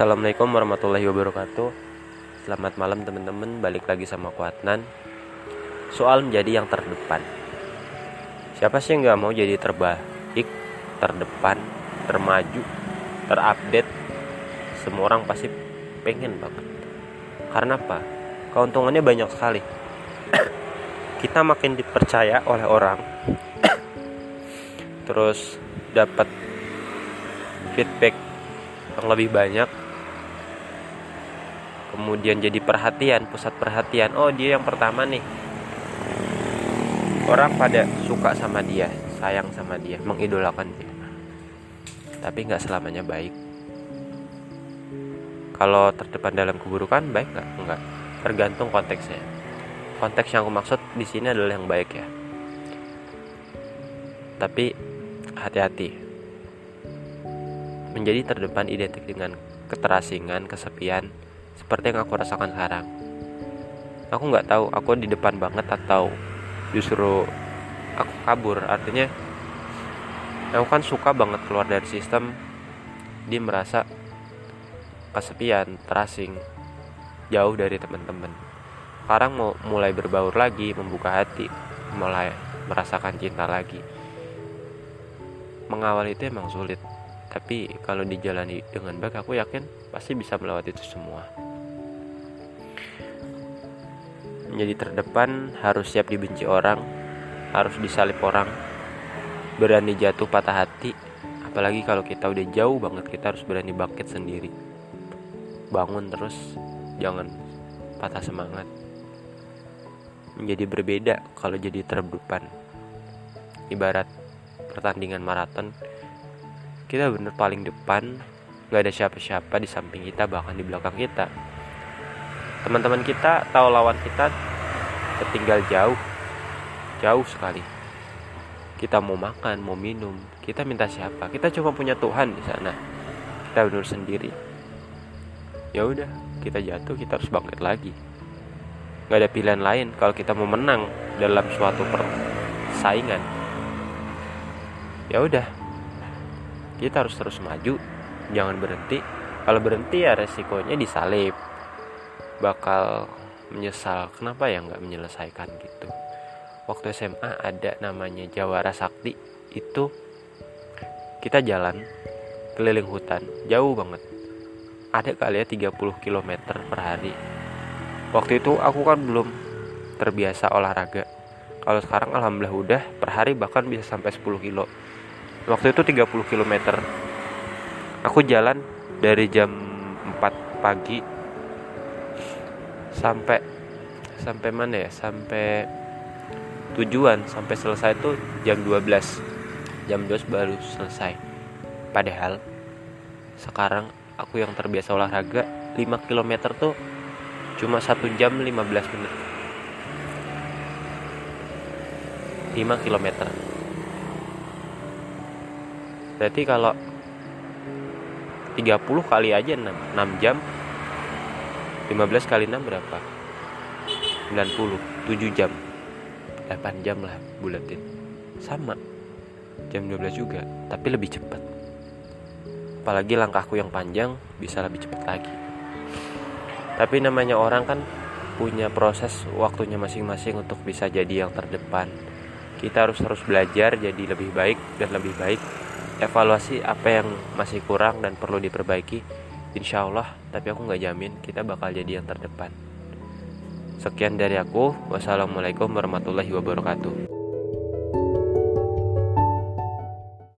Assalamualaikum warahmatullahi wabarakatuh. Selamat malam teman-teman, balik lagi sama aku Adnan. Soal menjadi yang terdepan. Siapa sih yang gak mau jadi terbaik, terdepan, termaju, terupdate? Semua orang pasti pengen banget. Karena apa? Keuntungannya banyak sekali. Kita makin dipercaya oleh orang, terus dapat feedback yang lebih banyak, kemudian jadi perhatian, pusat perhatian. Oh, dia yang pertama nih. Orang pada suka sama dia, sayang sama dia, mengidolakan dia. Tapi gak selamanya baik. Kalau terdepan dalam keburukan, baik gak? Enggak. Tergantung konteksnya. Konteks yang aku maksud di sini adalah yang baik ya. Tapi hati-hati. Menjadi terdepan identik dengan keterasingan, kesepian, seperti yang aku rasakan sekarang. Aku gak tahu aku di depan banget atau justru aku kabur. Artinya aku kan suka banget keluar dari sistem. Dia merasa kesepian, terasing, jauh dari teman-teman. Sekarang mau mulai berbaur lagi, membuka hati, mulai merasakan cinta lagi. Mengawal itu emang sulit, tapi kalau dijalani dengan baik, aku yakin pasti bisa melewati itu semua. Menjadi terdepan harus siap dibenci orang, harus disalip orang, berani jatuh patah hati. Apalagi kalau kita udah jauh banget, kita harus berani bangkit sendiri. Bangun terus, jangan patah semangat. Menjadi berbeda kalau jadi terdepan. Ibarat pertandingan maraton, kita bener paling depan, gak ada siapa-siapa di samping kita, bahkan di belakang kita. Teman-teman kita tahu lawan kita tertinggal jauh sekali. Kita mau makan, mau minum, kita minta siapa? Kita cuma punya Tuhan di sana. Kita benar sendiri. Ya udah, kita jatuh, kita harus bangkit lagi. Gak ada pilihan lain kalau kita mau menang dalam suatu persaingan. Ya udah, kita harus terus maju, jangan berhenti. Kalau berhenti ya resikonya disalib, bakal menyesal. Kenapa ya nggak menyelesaikan gitu. Waktu SMA ada namanya Jawara Sakti. Itu kita jalan keliling hutan, jauh banget. Ada kali ya 30 km per hari. Waktu itu aku kan belum terbiasa olahraga. Kalau sekarang alhamdulillah udah, per hari bahkan bisa sampai 10 kilo. Waktu itu 30 km. Aku jalan dari jam 4 pagi sampai mana ya? Sampai tujuan, sampai selesai tuh jam 12. Jam 12 baru selesai. Padahal sekarang aku yang terbiasa olahraga 5 km tuh cuma 1 jam 15 menit. 5 km. Berarti kalau 30 kali aja 6 jam. 15 kali 6 berapa? 90, 7 jam. 8 jam lah bulatin. Sama. Jam 12 juga, tapi lebih cepat. Apalagi langkahku yang panjang bisa lebih cepat lagi. Tapi namanya orang kan punya proses waktunya masing-masing untuk bisa jadi yang terdepan. Kita harus belajar jadi lebih baik dan lebih baik. Evaluasi apa yang masih kurang dan perlu diperbaiki. Insya Allah, tapi aku gak jamin kita bakal jadi yang terdepan. Sekian dari aku. Wassalamualaikum warahmatullahi wabarakatuh.